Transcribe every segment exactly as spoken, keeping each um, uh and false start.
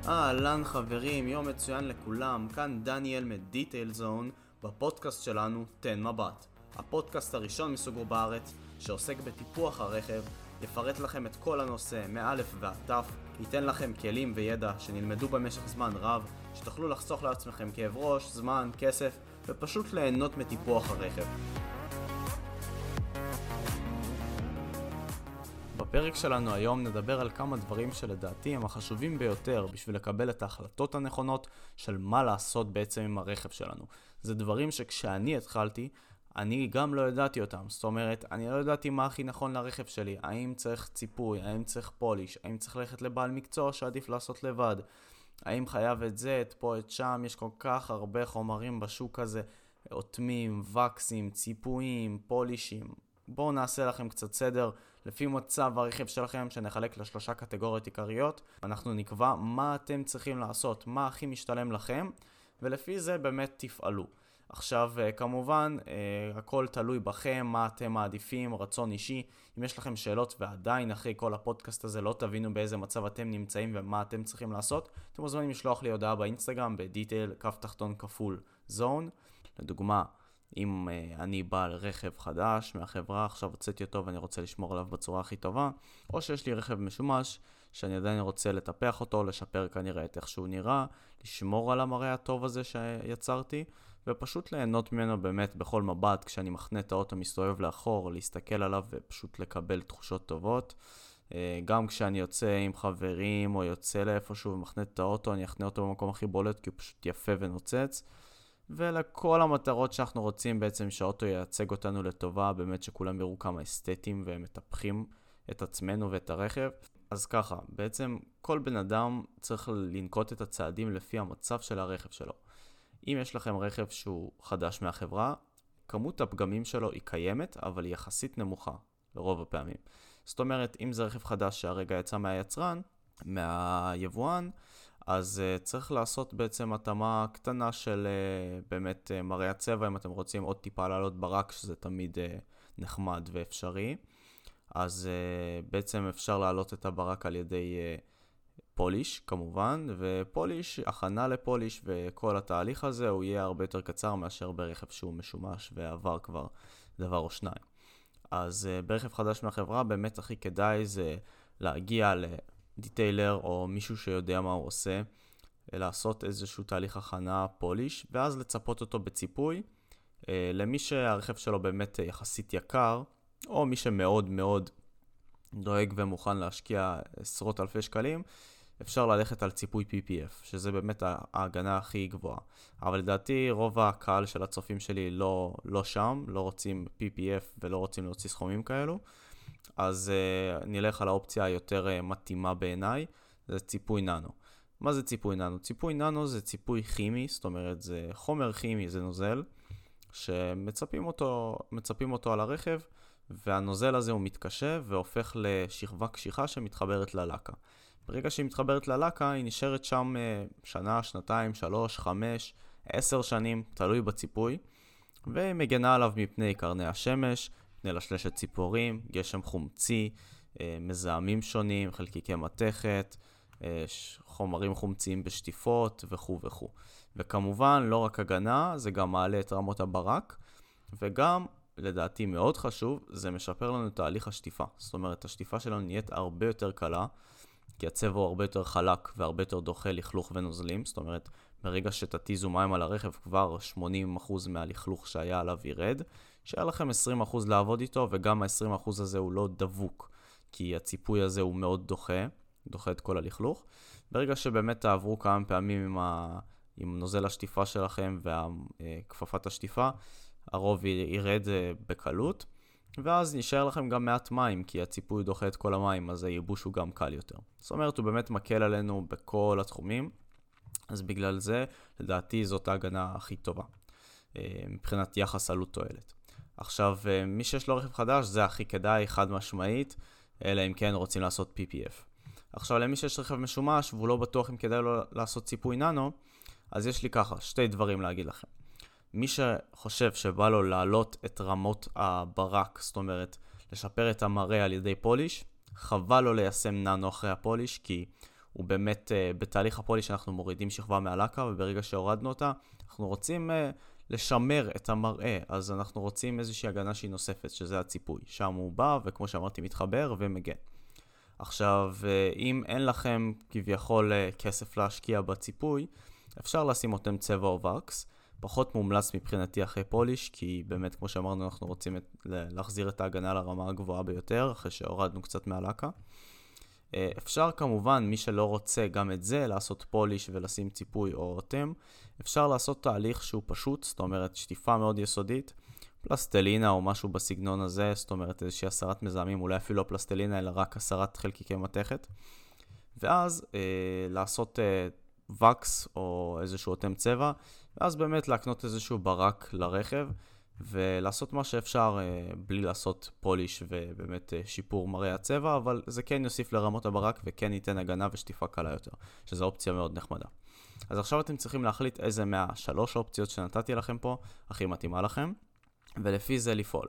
אהלן חברים, יום מצוין לכולם, כאן דניאל מדיטייל זון בפודקאסט שלנו תן מבט. הפודקאסט הראשון מסוגו בארץ שעוסק בטיפוח הרכב, יפרט לכם את כל הנושא מאלף ועד תף, ייתן לכם כלים וידע שנלמדו במשך זמן רב, שתוכלו לחסוך לעצמכם כאב ראש, זמן, כסף ופשוט ליהנות מטיפוח הרכב. בפרק שלנו היום נדבר על כמה דברים שלדעתי הם החשובים ביותר בשביל לקבל את ההחלטות הנכונות של מה לעשות בעצם עם הרכב שלנו. זה דברים שכשאני התחלתי, אני גם לא ידעתי אותם. זאת אומרת, אני לא ידעתי מה הכי נכון לרכב שלי. האם צריך ציפוי, האם צריך פוליש, האם צריך ללכת לבעל מקצוע שעדיף לעשות לבד. האם חייב את זה, את פה, את שם. יש כל כך הרבה חומרים בשוק הזה, אוטמים, וקסים, ציפויים, פולישים. בואו נעשה לכם קצת סדר לפי מצב הרכב שלכם, שנחלק לשלושה קטגוריות עיקריות. אנחנו נקבע מה אתם צריכים לעשות, מה הכי משתלם לכם, ולפי זה באמת תפעלו. עכשיו כמובן הכל תלוי בכם, מה אתם מעדיפים, רצון אישי. אם יש לכם שאלות ועדיין אחרי כל הפודקאסט הזה לא תבינו באיזה מצב אתם נמצאים ומה אתם צריכים לעשות, אתם מוזמנים לשלוח לי הודעה באינסטגרם בדיטייל כף תחתון כפול זון. לדוגמה, אם uh, אני בעל רכב חדש מהחברה, עכשיו הוצאתי אותו ואני רוצה לשמור עליו בצורה הכי טובה, או שיש לי רכב משומש שאני עדיין רוצה לטפח אותו, לשפר כנראה את איך שהוא נראה, לשמור על המראה הטוב הזה שיצרתי, ופשוט ליהנות ממנו באמת בכל מבט. כשאני מחנה את האוטו מסתובב לאחור, להסתכל עליו ופשוט לקבל תחושות טובות. Uh, גם כשאני יוצא עם חברים או יוצא לאיפשהו ומחנה את האוטו, אני אחנה אותו במקום הכי בולט כי הוא פשוט יפה ונוצץ. ולכל המטרות שאנחנו רוצים בעצם שהאוטו ייצג אותנו לטובה, באמת שכולם יראו כמה אסתטיים והם מטפחים את עצמנו ואת הרכב. אז ככה, בעצם כל בן אדם צריך לנקוט את הצעדים לפי המצב של הרכב שלו. אם יש לכם רכב שהוא חדש מהחברה, כמות הפגמים שלו היא קיימת, אבל היא יחסית נמוכה לרוב הפעמים. זאת אומרת, אם זה רכב חדש שהרגע יצא מהיצרן, מהיבואן, אז uh, צריך לעשות בעצם התאמה קטנה של uh, באמת uh, מראה הצבע, אם אתם רוצים עוד טיפה לעלות ברק, שזה תמיד uh, נחמד ואפשרי. אז uh, בעצם אפשר לעלות את הברק על ידי uh, פוליש כמובן, ופוליש, הכנה לפוליש וכל התהליך הזה הוא יהיה הרבה יותר קצר מאשר ברכב שהוא משומש ועבר כבר דבר או שניים. אז uh, ברכב חדש מהחברה באמת הכי כדאי זה להגיע ל... דיטיילר או מישהו שיודע מה הוא עושה, לעשות איזשהו תהליך הכנה פוליש, ואז לצפות אותו בציפוי. למי שהרכב שלו באמת יחסית יקר, או מי שמאוד מאוד דואג ומוכן להשקיע עשרות אלפי שקלים, אפשר ללכת על ציפוי פי פי אף, שזה באמת ההגנה הכי גבוהה. אבל לדעתי רוב הקהל של הצופים שלי לא, לא שם, לא רוצים פי פי אף ולא רוצים להוציא סכומים כאלו. אז uh, נלך על האופציה היותר uh, מתאימה בעיניי, זה ציפוי ננו. מה זה ציפוי ננו? ציפוי ננו זה ציפוי כימי, זאת אומרת זה חומר כימי, זה נוזל, שמצפים אותו, מצפים אותו על הרכב, והנוזל הזה הוא מתקשה והופך לשכבה קשיחה שמתחברת ללקה. ברגע שהיא מתחברת ללקה, היא נשארת שם uh, שנה, שנתיים, שלוש, חמש, עשר שנים, תלוי בציפוי, והיא מגנה עליו מפני קרני השמש, פני לשלשת ציפורים, גשם חומצי, מזהמים שונים, חלקיקי מתכת, חומרים חומציים בשטיפות וכו' וכו'. וכמובן לא רק הגנה, זה גם מעלה את רמות הברק, וגם לדעתי מאוד חשוב, זה משפר לנו את תהליך השטיפה. זאת אומרת, השטיפה שלנו נהיית הרבה יותר קלה, כי הצבע הוא הרבה יותר חלק והרבה יותר דוחה לכלוך ונוזלים. זאת אומרת, ברגע שתתיזו מים על הרכב, כבר שמונים אחוז מהלכלוך שהיה עליו ירד, שהיה לכם עשרים אחוז לעבוד איתו, וגם ה-עשרים אחוז הזה הוא לא דבוק, כי הציפוי הזה הוא מאוד דוחה, דוחה את כל הלכלוך. ברגע שבאמת תעברו כמה פעמים עם, ה... עם נוזל השטיפה שלכם וכפפת השטיפה, הרוב ירד בקלות, ואז נשאר לכם גם מעט מים, כי הציפוי דוחה את כל המים, אז הייבוש הוא גם קל יותר. זאת אומרת, הוא באמת מקל עלינו בכל התחומים, אז בגלל זה, לדעתי, זאת ההגנה הכי טובה, מבחינת יחס עלות תועלת. עכשיו, מי שיש לו רכב חדש, זה הכי כדאי, חד משמעית, אלא אם כן רוצים לעשות פי פי אף. עכשיו, למי שיש רכב משומש, והוא לא בטוח אם כדאי לו לעשות ציפוי ננו, אז יש לי ככה, שתי דברים להגיד לכם. מי שחושב שבא לו להעלות את רמות הברק, זאת אומרת, לשפר את המראה על ידי פוליש, חבל לו ליישם ננו אחרי הפוליש, כי הוא באמת uh, בתהליך הפוליש אנחנו מורידים שכבה מהלקה, וברגע שהורדנו אותה, אנחנו רוצים uh, לשמר את המראה, אז אנחנו רוצים איזושהי הגנה שהיא נוספת, שזה הציפוי. שם הוא בא, וכמו שאמרתי, מתחבר ומגן. עכשיו, uh, אם אין לכם כביכול uh, כסף להשקיע בציפוי, אפשר לשים אותם צבע או וקס, פחות מומלץ מבחינתי אחרי פוליש, כי באמת, כמו שאמרנו, אנחנו רוצים את, להחזיר את ההגנה לרמה הגבוהה ביותר, אחרי שהורדנו קצת מהלקה. אפשר כמובן, מי שלא רוצה גם את זה, לעשות פוליש ולשים ציפוי או אותם, אפשר לעשות תהליך שהוא פשוט, זאת אומרת שטיפה מאוד יסודית, פלסטלינה או משהו בסגנון הזה, זאת אומרת איזושהי הסרת מזהמים, אולי אפילו לא פלסטלינה, אלא רק הסרת חלקיקי מתכת. ואז אה, לעשות אה, וקס או איזשהו אותם צבע, ואז באמת להקנות איזשהו ברק לרכב, ולעשות מה שאפשר אה, בלי לעשות פוליש ובאמת אה, שיפור מראה הצבע, אבל זה כן יוסיף לרמות הברק וכן ייתן הגנה ושטיפה קלה יותר, שזו אופציה מאוד נחמדה. אז עכשיו אתם צריכים להחליט איזה מהשלוש אופציות שנתתי לכם פה הכי מתאימה לכם, ולפי זה לפעול.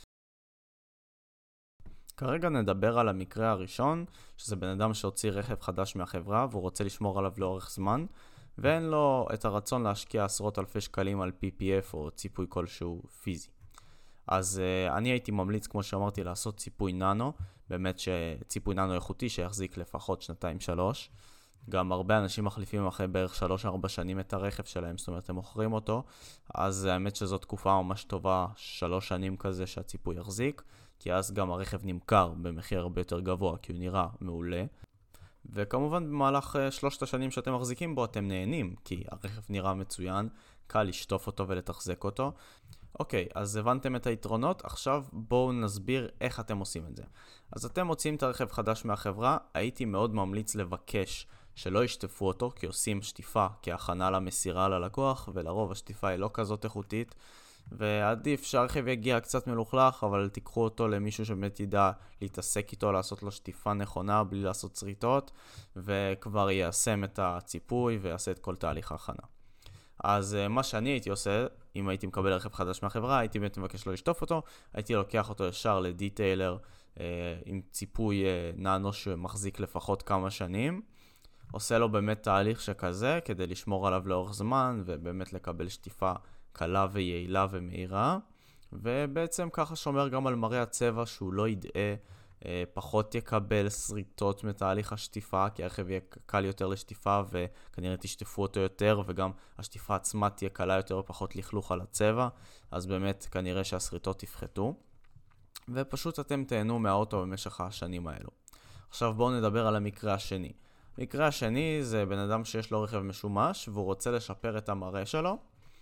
כרגע נדבר על המקרה הראשון, שזה בן אדם שהוציא רכב חדש מהחברה והוא רוצה לשמור עליו לאורך זמן, ואין לו את הרצון להשקיע עשרות אלפי שקלים על פי פי אף או ציפוי כלשהו פיזי. אז uh, אני הייתי ממליץ, כמו שאמרתי, לעשות ציפוי ננו, באמת שציפוי ננו איכותי שיחזיק לפחות שנתיים שלוש. גם הרבה אנשים מחליפים אחרי בערך שלוש ארבע שנים את הרכב שלהם, זאת אומרת הם מוכרים אותו, אז האמת שזו תקופה ממש טובה, שלוש שנים כזה שהציפוי יחזיק, כי אז גם הרכב נמכר במחיר הרבה יותר גבוה, כי הוא נראה מעולה. וכמובן במהלך שלושת השנים שאתם מחזיקים בו אתם נהנים, כי הרכב נראה מצוין, קל לשטוף אותו ולתחזק אותו. אוקיי, אז הבנתם את היתרונות, עכשיו בואו נסביר איך אתם עושים את זה. אז אתם מוצאים את הרכב חדש מהחברה, הייתי מאוד ממליץ לבקש שלא ישטפו אותו, כי עושים שטיפה כהכנה למסירה ללקוח, ולרוב השטיפה היא לא כזאת איכותית, ועדיף שהרכב יגיע קצת מלוכלך, אבל תיקחו אותו למישהו שבאמת ידע להתעסק איתו, לעשות לו שטיפה נכונה בלי לעשות צריטות, וכבר יישם את הציפוי ויעשה את כל תהליך ההכנה. אז מה שאני הייתי עושה, אם הייתי מקבל רכב חדש מהחברה, הייתי באמת מבקש לא לשטוף אותו, הייתי לוקח אותו ישר לדיטיילר אה, עם ציפוי אה, ננו שמחזיק לפחות כמה שנים, עושה לו באמת תהליך שכזה כדי לשמור עליו לאורך זמן ובאמת לקבל שטיפה קלה ויעילה ומהירה, ובעצם ככה שומר גם על מראה הצבע שהוא לא ידעה, פחות יקבל שריטות מתהליך השטיפה, כי הרכב יהיה קל יותר לשטיפה וכנראה תשטפו אותו יותר, וגם השטיפה עצמה תהיה קלה יותר ופחות לכלוך על הצבע, אז באמת כנראה שהשריטות יפחתו, ופשוט אתם תהנו מהאוטו במשך השנים האלו. עכשיו בואו נדבר על המקרה השני. המקרה השני זה בן אדם שיש לו רכב משומש והוא רוצה לשפר את המראה שלו,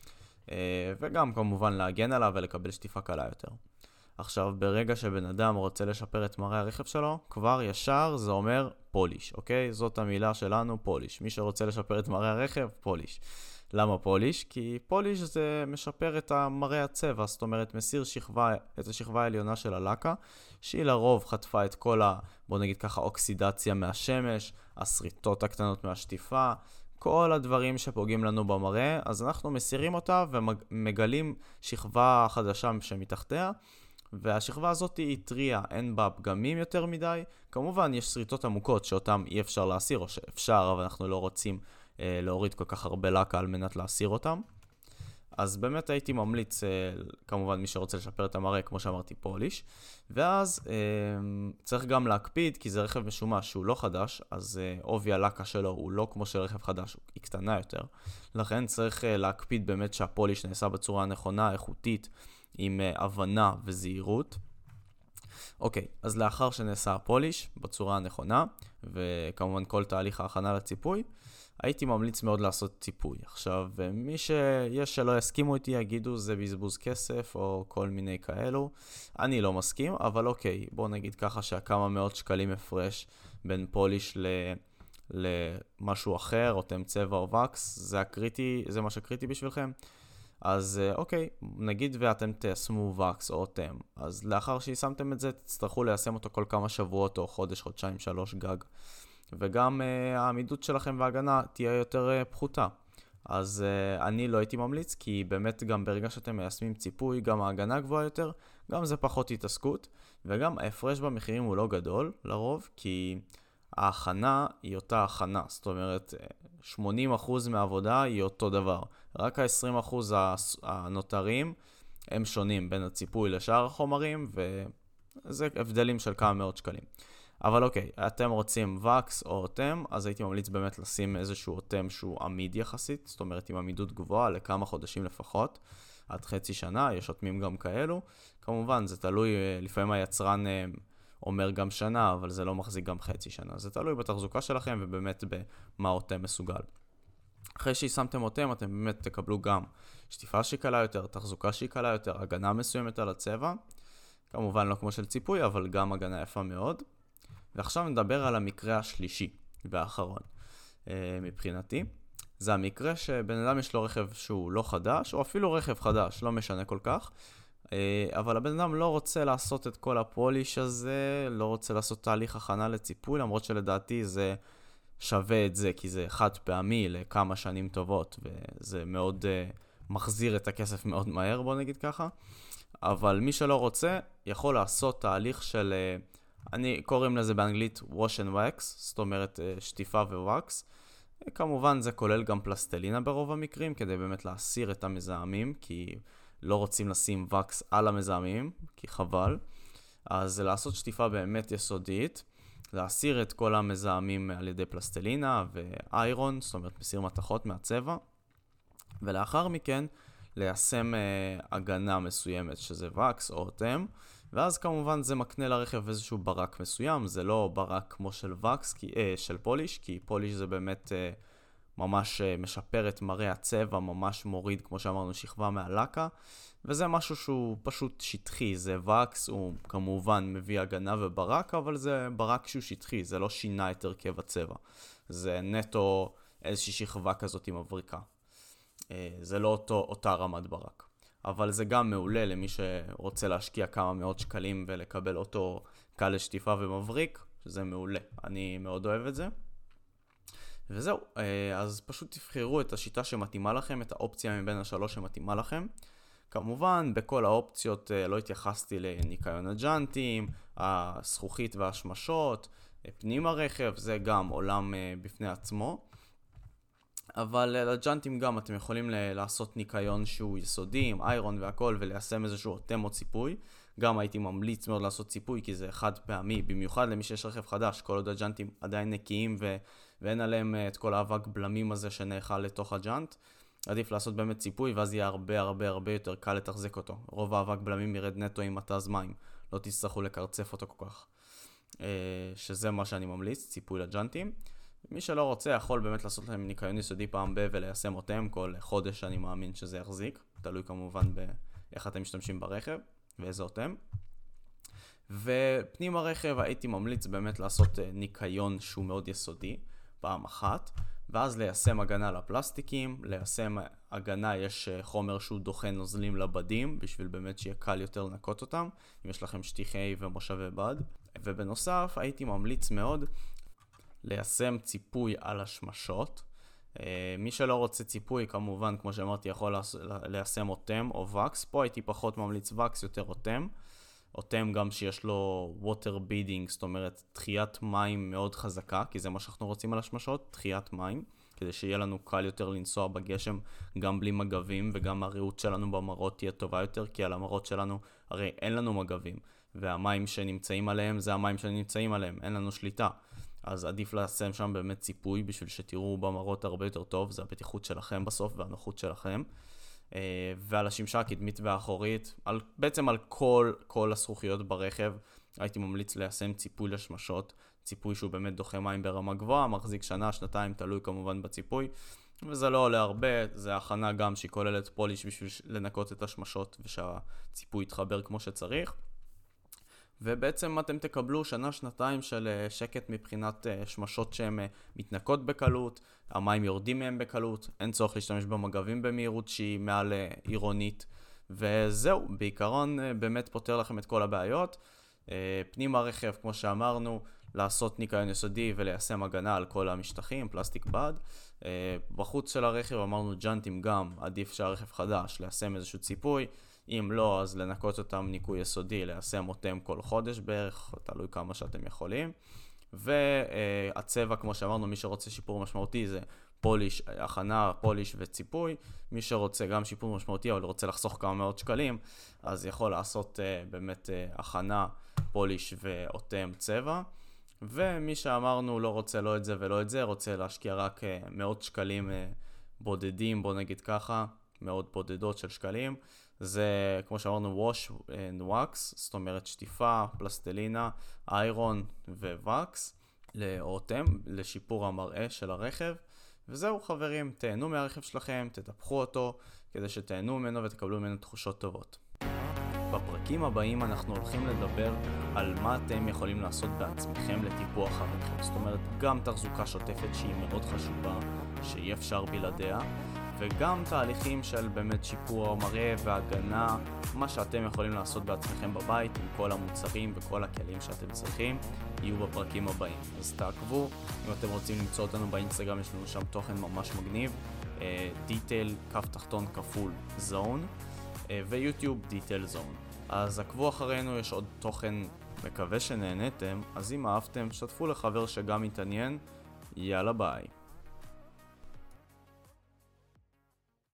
וגם כמובן להגן עליו ולקבל שטיפה קלה יותר. עכשיו, ברגע שבן אדם רוצה לשפר את מראה הרכב שלו, כבר ישר זה אומר פוליש, אוקיי? זאת המילה שלנו, פוליש. מי שרוצה לשפר את מראה הרכב, פוליש. למה פוליש? כי פוליש זה משפר את המראה הצבע, זאת אומרת, מסיר שכבה, את השכבה העליונה של הלקה, שהיא לרוב חטפה את כל ה, בוא נגיד ככה, אוקסידציה מהשמש, השריטות הקטנות מהשטיפה, כל הדברים שפוגעים לנו במראה, אז אנחנו מסירים אותה ומגלים שכבה חדשה שמתחתיה, והשכבה הזאת היא טריה, אין בה פגמים יותר מדי. כמובן יש שריטות עמוקות שאותן אי אפשר להסיר, או שאפשר, אבל אנחנו לא רוצים אה, להוריד כל כך הרבה לקה על מנת להסיר אותם. אז באמת הייתי ממליץ, אה, כמובן מי שרוצה לשפר את המראה, כמו שאמרתי, פוליש. ואז אה, צריך גם להקפיד, כי זה רכב משומש שהוא לא חדש, אז אה, עובי הלקה שלו הוא לא כמו של רכב חדש, היא קטנה יותר. לכן צריך אה, להקפיד באמת שהפוליש נעשה בצורה נכונה, איכותית, עם הבנה וזהירות. אוקיי, אז לאחר שנעשה הפוליש בצורה הנכונה, וכמובן כל תהליך ההכנה לציפוי, הייתי ממליץ מאוד לעשות ציפוי. עכשיו, מי שיש שלא יסכימו איתי יגידו זה בזבוז כסף או כל מיני כאלו. אני לא מסכים, אבל אוקיי, בואו נגיד ככה שהכמה מאות שקלים הפרש בין פוליש ל... למשהו אחר, אותם צבע או וקס, זה הקריטי, זה מה שקריטי בשבילכם. אז אוקיי, נגיד ואתם תיישמו וקס או אותם, אז לאחר שיישמתם את זה, תצטרכו ליישם אותו כל כמה שבועות או חודש, חודשיים, שלוש גג. וגם uh, העמידות שלכם וההגנה תהיה יותר uh, פחותה. אז uh, אני לא הייתי ממליץ, כי באמת גם ברגע שאתם מיישמים ציפוי, גם ההגנה גבוהה יותר, גם זה פחות התעסקות, וגם ההפרש במחירים הוא לא גדול לרוב, כי ההכנה היא אותה הכנה, זאת אומרת שמונים אחוז מהעבודה היא אותו דבר, רק ה-עשרים אחוז הנותרים הם שונים בין הציפוי לשאר החומרים, וזה הבדלים של כמה מאות שקלים. אבל אוקיי, אתם רוצים וקס או אוטם, אז הייתי ממליץ באמת לשים איזשהו אוטם שהוא עמיד יחסית, זאת אומרת עם עמידות גבוהה לכמה חודשים לפחות, עד חצי שנה, יש אוטמים גם כאלו. כמובן, זה תלוי, לפעמים היצרן אומר גם שנה, אבל זה לא מחזיק גם חצי שנה. זה תלוי בתחזוקה שלכם ובאמת במה אוטם מסוגל. אחרי ששמתם אוטם, אתם באמת תקבלו גם שטיפה שהיא קלה יותר, תחזוקה שהיא קלה יותר, הגנה מסוימת על הצבע, כמובן לא כמו של ציפוי, אבל גם הגנה יפה מאוד. ועכשיו נדבר על המקרה השלישי והאחרון מבחינתי. זה המקרה שבן אדם יש לו רכב שהוא לא חדש, או אפילו רכב חדש, לא משנה כל כך, אבל הבן אדם לא רוצה לעשות את כל הפוליש הזה, לא רוצה לעשות תהליך הכנה לציפוי, למרות שלדעתי זה שווה את זה, כי זה חד פעמי לכמה שנים טובות, וזה מאוד uh, מחזיר את הכסף מאוד מהר, בוא נגיד ככה. אבל מי שלא רוצה, יכול לעשות תהליך של, uh, אני קוראים לזה באנגלית wash and wax, זאת אומרת uh, שטיפה ווקס. כמובן זה כולל גם פלסטלינה ברוב המקרים, כדי באמת להסיר את המזהמים, כי לא רוצים לשים וקס על המזהמים, כי חבל. אז לעשות שטיפה באמת יסודית, להסיר את כל המזהמים על ידי פלסטלינה ואיירון, זאת אומרת מסיר מתכות מהצבע, ולאחר מכן ליישם אה, הגנה מסוימת, שזה וקס או אוטם, ואז כמובן זה מקנה לרכב איזשהו ברק מסוים, זה לא ברק כמו של וקס, כי, אה, של פוליש, כי פוליש זה באמת אה, ממש אה, משפר את מראה הצבע, ממש מוריד, כמו שאמרנו, שכבה מהלקה, וזה משהו שהוא פשוט שטחי, זה וקס, הוא כמובן מביא הגנה וברק, אבל זה ברק שהוא שטחי, זה לא שינה את הרכב הצבע, זה נטו איזושהי שכבה כזאת עם הבריקה, אה, זה לא אותו, אותה רמת ברק. אבל זה גם מעולה למי שרוצה להשקיע כמה מאות שקלים ולקבל אותו קל לשטיפה ומבריק, שזה מעולה. אני מאוד אוהב את זה. וזהו, אז פשוט תבחרו את השיטה שמתאימה לכם, את האופציה מבין השלוש שמתאימה לכם. כמובן, בכל האופציות לא התייחסתי לניקיון הג'אנטים, הזכוכית והשמשות, פנים הרכב, זה גם עולם בפני עצמו. אבל לג'אנטים גם אתם יכולים לעשות ניקיון שהוא יסודי עם איירון והכל וליישם איזשהו אוטם או ציפוי. גם הייתי ממליץ מאוד לעשות ציפוי כי זה חד פעמי, במיוחד למי שיש רכב חדש, כל עוד הג'אנטים עדיין נקיים ו... ואין עליהם את כל האבק בלמים הזה שנאכל לתוך הג'אנט. עדיף לעשות באמת ציפוי ואז יהיה הרבה הרבה הרבה יותר קל לתחזק אותו. רוב האבק בלמים ירד נטו עם מתז מים, לא תצטרכו לקרצף אותו כל כך. שזה מה שאני ממליץ, ציפוי לג'אנטים. מי שלא רוצה יכול באמת לעשות להם ניקיון יסודי פעם ב וליישם אותם כל חודש, אני מאמין שזה יחזיק, תלוי כמובן באיך אתם משתמשים ברכב ואיזה אותם. ופנים הרכב הייתי ממליץ באמת לעשות ניקיון שהוא מאוד יסודי פעם אחת, ואז ליישם הגנה לפלסטיקים, ליישם הגנה, יש חומר שהוא דוחה נוזלים לבדים בשביל באמת שיהיה קל יותר לנקות אותם, אם יש לכם שטיחי ומושבי בד. ובנוסף הייתי ממליץ מאוד ליישם ציפוי על השמשות. מי שלא רוצה ציפוי כמובן כמו שאמרתי יכול ליישם אוטם או וקס, פה הייתי פחות ממליץ וקס יותר אוטם. אוטם גם שיש לו water beading, זאת אומרת דחיית מים מאוד חזקה, כי זה מה שאנחנו רוצים על השמשות, דחיית מים, כדי שיהיה לנו קל יותר לנסוע בגשם גם בלי מגבים, וגם הראות שלנו במראות תהיה טובה יותר, כי על המראות שלנו הרי אין לנו מגבים, והמים שנמצאים עליהם זה המים שנמצאים עליהם, אין לנו שליטה. אז עדיף לשים שם באמת ציפוי בשביל שתראו במראות הרבה יותר טוב, זה הבטיחות שלכם בסוף והנוחות שלכם. ועל השמשה הקדמית והאחורית, על, בעצם על כל, כל הזכוכיות ברכב, הייתי ממליץ ליישם ציפוי לשמשות, ציפוי שהוא באמת דוחה מים ברמה גבוהה, מחזיק שנה, שנתיים, תלוי כמובן בציפוי, וזה לא עולה הרבה, זה הכנה גם שהיא כוללת פוליש בשביל לנקות את השמשות ושהציפוי יתחבר כמו שצריך. ובעצם אתם תקבלו שנה, שנתיים של שקט מבחינת שמשות שהן מתנקות בקלות, המים יורדים מהם בקלות, אין צורך להשתמש במגבים במהירות שהיא מעל עירונית, וזהו, בעיקרון באמת פותר לכם את כל הבעיות. פנים הרכב, כמו שאמרנו, לעשות ניקיון יסודי וליישם הגנה על כל המשטחים, פלסטיק בד. בחוץ של הרכב אמרנו ג'אנטים גם, עדיף שהרכב חדש, ליישם איזשהו ציפוי, אם לא, אז לנקות אותם ניקוי יסודי, ליישם אותם כל חודש בערך, תלוי כמה שאתם יכולים. והצבע, כמו שאמרנו, מי שרוצה שיפור משמעותי זה פוליש, הכנה, פוליש וציפוי. מי שרוצה גם שיפור משמעותי אבל רוצה לחסוך כמה מאות שקלים, אז יכול לעשות uh, באמת uh, הכנה, פוליש ואותם צבע. ומי שאמרנו לא רוצה לא את זה ולא את זה, רוצה להשקיע רק uh, מאות שקלים uh, בודדים, בוא נגיד ככה, מאות בודדות של שקלים. זה כמו שאמרנו wash and wax, זאת אומרת שטיפה, פלסטלינה, איירון ווקס, לאותם, לשיפור המראה של הרכב. וזהו חברים, תהנו מהרכב שלכם, תטפחו אותו, כדי שתהנו ממנו ותקבלו ממנו תחושות טובות. בפרקים הבאים אנחנו הולכים לדבר על מה אתם יכולים לעשות בעצמכם לטיפוח הרכב. זאת אומרת, גם תחזוקה שוטפת שהיא מאוד חשובה, שאי אפשר בלעדיה, וגם תהליכים של באמת שיפור המראה והגנה, מה שאתם יכולים לעשות בעצמכם בבית עם כל המוצרים וכל הכלים שאתם צריכים, יהיו בפרקים הבאים. אז תעקבו, אם אתם רוצים למצוא אותנו באינסטגרם, יש לנו שם תוכן ממש מגניב, דיטייל, כף תחתון כפול זון, ויוטיוב דיטייל זון. אז עקבו אחרינו, יש עוד תוכן, מקווה שנהנתם, אז אם אהבתם, שתפו לחבר שגם מתעניין, יאללה ביי.